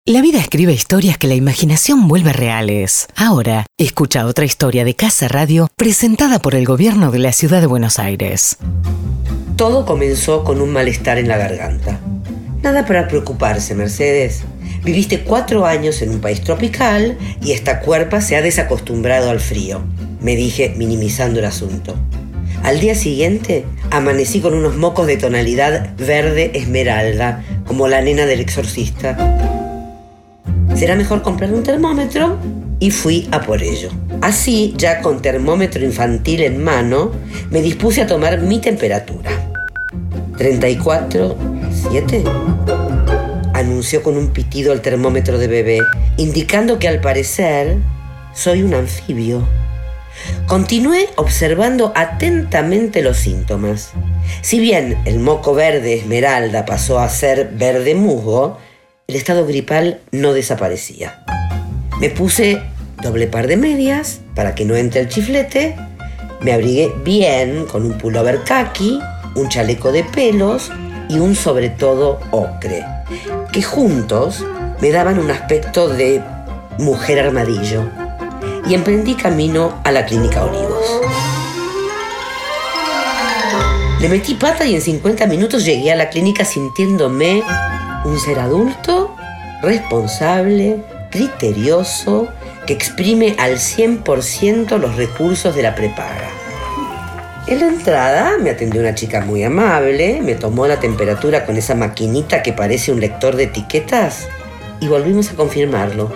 La vida escribe historias que la imaginación vuelve reales. Ahora, escucha otra historia de Casa Radio presentada por el gobierno de la ciudad de Buenos Aires. Todo comenzó con un malestar en la garganta. Nada para preocuparse, Mercedes. Viviste 4 años en un país tropical y esta cuerpa se ha desacostumbrado al frío, me dije minimizando el asunto. Al día siguiente, amanecí con unos mocos de tonalidad verde esmeralda, como la nena del exorcista. ¿Será mejor comprar un termómetro? Y fui a por ello. Así, ya con termómetro infantil en mano, me dispuse a tomar mi temperatura. 34,7. Anunció con un pitido el termómetro de bebé, indicando que al parecer soy un anfibio. Continué observando atentamente los síntomas. Si bien el moco verde esmeralda pasó a ser verde musgo, el estado gripal no desaparecía. Me puse doble par de medias para que no entre el chiflete, me abrigué bien con un pullover caqui, un chaleco de pelos y un sobre todo ocre, que juntos me daban un aspecto de mujer armadillo, y emprendí camino a la Clínica Olivos. Le metí pata y en 50 minutos llegué a la clínica sintiéndome un ser adulto, responsable, criterioso, que exprime al 100% los recursos de la prepaga. En la entrada me atendió una chica muy amable, me tomó la temperatura con esa maquinita que parece un lector de etiquetas y volvimos a confirmarlo.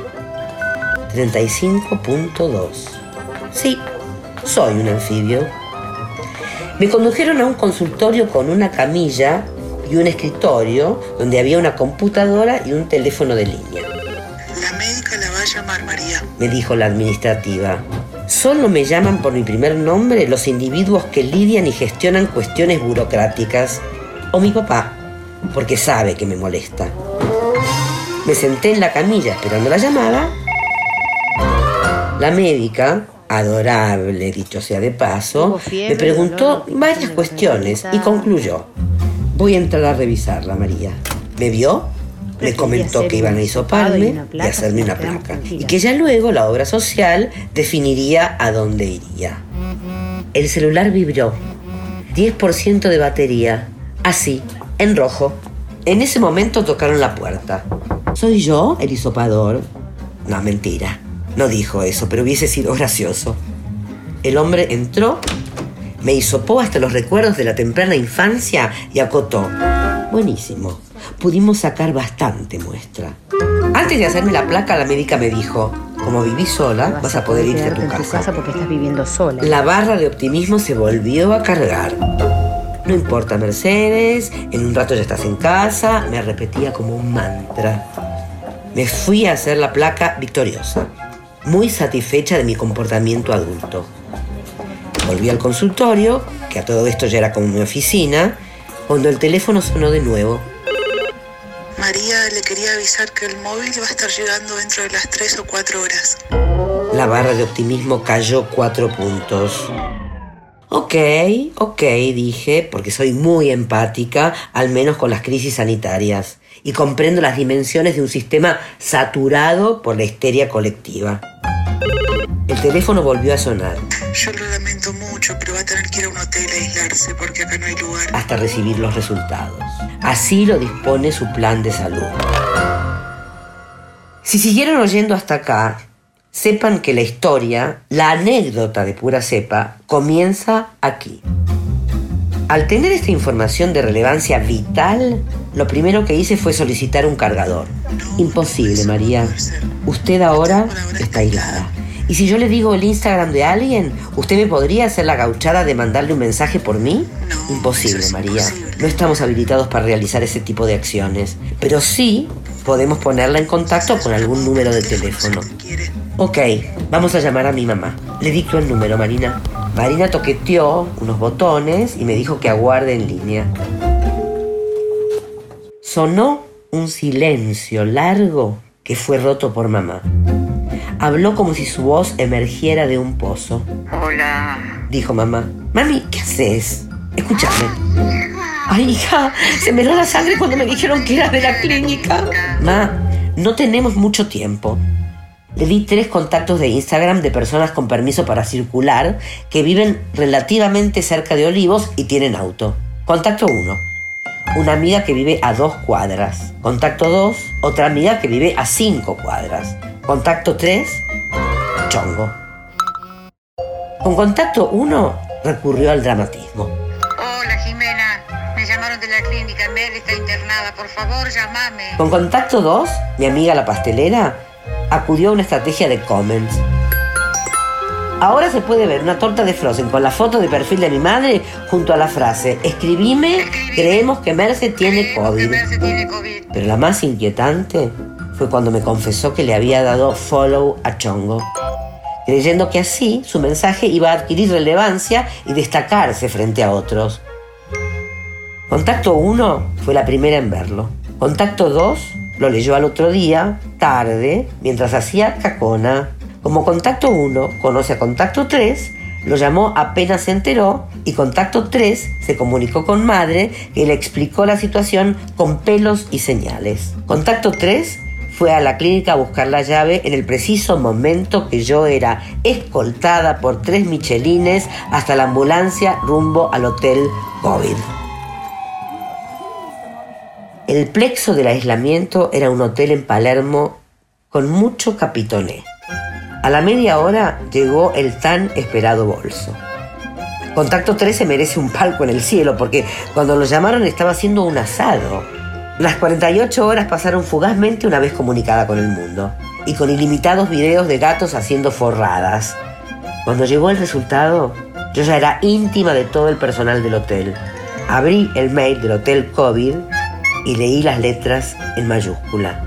35,2. Sí, soy un anfibio. Me condujeron a un consultorio con una camilla y un escritorio donde había una computadora y un teléfono de línea. La médica la va a llamar, María, me dijo la administrativa. Solo me llaman por mi primer nombre los individuos que lidian y gestionan cuestiones burocráticas. O mi papá, porque sabe que me molesta. Me senté en la camilla esperando la llamada. La médica, adorable, dicho sea de paso, me preguntó varias cuestiones y concluyó: voy a entrar a revisarla, María. ¿Me vio? Me comentó que iban a hisoparme y hacerme una placa, y que ya luego la obra social definiría a dónde iría. El celular vibró. 10% de batería. Así, en rojo. En ese momento tocaron la puerta. ¿Soy yo el hisopador? No, mentira. No dijo eso, pero hubiese sido gracioso. El hombre entró, me hisopó hasta los recuerdos de la temprana infancia y acotó: buenísimo, pudimos sacar bastante muestra. Antes de hacerme la placa, la médica me dijo: como vivís sola, vas a poder irte a tu casa porque estás viviendo sola. La barra de optimismo se volvió a cargar. No importa, Mercedes, en un rato ya estás en casa, me repetía como un mantra. Me fui a hacer la placa victoriosa, muy satisfecha de mi comportamiento adulto. Volví al consultorio, que a todo esto ya era como mi oficina, cuando el teléfono sonó de nuevo. María, le quería avisar que el móvil va a estar llegando dentro de las 3 o 4 horas. La barra de optimismo cayó 4 puntos. Ok, dije, porque soy muy empática, al menos con las crisis sanitarias, y comprendo las dimensiones de un sistema saturado por la histeria colectiva. El teléfono volvió a sonar. Yo lo lamento mucho, pero va a tener que ir a un hotel a aislarse porque acá no hay lugar. Hasta recibir los resultados. Así lo dispone su plan de salud. Si siguieron oyendo hasta acá, sepan que la historia, la anécdota de pura cepa, comienza aquí. Al tener esta información de relevancia vital, lo primero que hice fue solicitar un cargador. Imposible, María. Usted ahora está aislada. Y si yo le digo el Instagram de alguien, ¿usted me podría hacer la gauchada de mandarle un mensaje por mí? No, imposible, María. Imposible. No estamos habilitados para realizar ese tipo de acciones. Pero sí podemos ponerla en contacto con algún número de teléfono. Ok, vamos a llamar a mi mamá. Le dicto el número, Marina. Marina toqueteó unos botones y me dijo que aguarde en línea. Sonó un silencio largo que fue roto por mamá. Habló como si su voz emergiera de un pozo. Hola. Dijo mamá. Mami, ¿qué haces? Escúchame. Ay, hija, se me heló la sangre cuando me dijeron que era de la clínica. Ma, No tenemos mucho tiempo. Le di 3 contactos de Instagram de personas con permiso para circular que viven relativamente cerca de Olivos y tienen auto. Contacto 1. Una amiga que vive a 2 cuadras. Contacto 2. Otra amiga que vive a 5 cuadras. Contacto 3. Chongo. Con contacto 1 recurrió al dramatismo. Hola, Jimena. Me llamaron de la clínica. Mel está internada. Por favor, llámame. Con contacto 2, mi amiga la pastelera acudió a una estrategia de comments. Ahora se puede ver una torta de Frozen con la foto de perfil de mi madre junto a la frase: escribime, creemos que Merce tiene COVID. Pero la más inquietante fue cuando me confesó que le había dado follow a Chongo, creyendo que así su mensaje iba a adquirir relevancia y destacarse frente a otros. Contacto 1 fue la primera en verlo. Contacto 2 lo leyó al otro día, tarde, mientras hacía cacona. Como contacto 1 conoce a contacto 3, lo llamó apenas se enteró y contacto 3 se comunicó con madre que le explicó la situación con pelos y señales. Contacto 3 fue a la clínica a buscar la llave en el preciso momento que yo era escoltada por 3 michelines hasta la ambulancia rumbo al hotel COVID. El plexo del aislamiento era un hotel en Palermo con mucho capitoné. A la media hora llegó el tan esperado bolso. Contacto 3 se merece un palco en el cielo porque cuando lo llamaron estaba haciendo un asado. Las 48 horas pasaron fugazmente una vez comunicada con el mundo y con ilimitados videos de gatos haciendo forradas. Cuando llegó el resultado, yo ya era íntima de todo el personal del hotel. Abrí el mail del hotel COVID y leí las letras en mayúscula.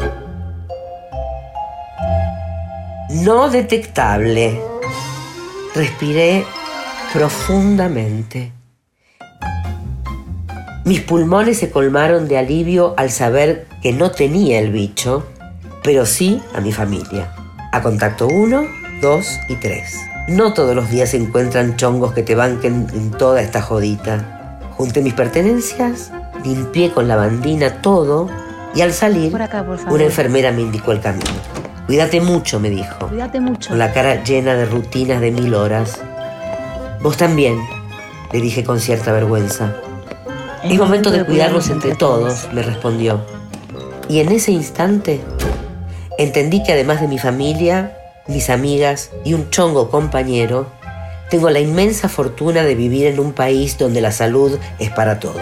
No detectable. Respiré profundamente. Mis pulmones se colmaron de alivio al saber que no tenía el bicho, pero sí a mi familia. A contacto 1, 2 y 3. No todos los días se encuentran chongos que te banquen en toda esta jodita. Junté mis pertenencias, limpié con lavandina todo y al salir, por acá, por favor, una enfermera me indicó el camino. Cuídate mucho, me dijo. Cuídate mucho. Con la cara llena de rutinas de 1000 horas. Vos también, le dije con cierta vergüenza. Es momento de cuidarnos entre todos, me respondió. Y en ese instante entendí que además de mi familia, mis amigas y un chongo compañero, tengo la inmensa fortuna de vivir en un país donde la salud es para todos.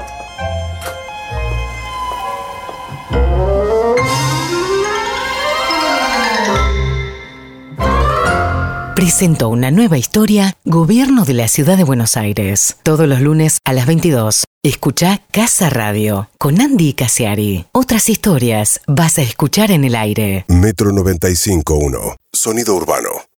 Presentó una nueva historia, Gobierno de la Ciudad de Buenos Aires. Todos los lunes a las 22. Escuchá Casa Radio con Andy Casiari. Otras historias vas a escuchar en el aire. Metro 95.1. Sonido urbano.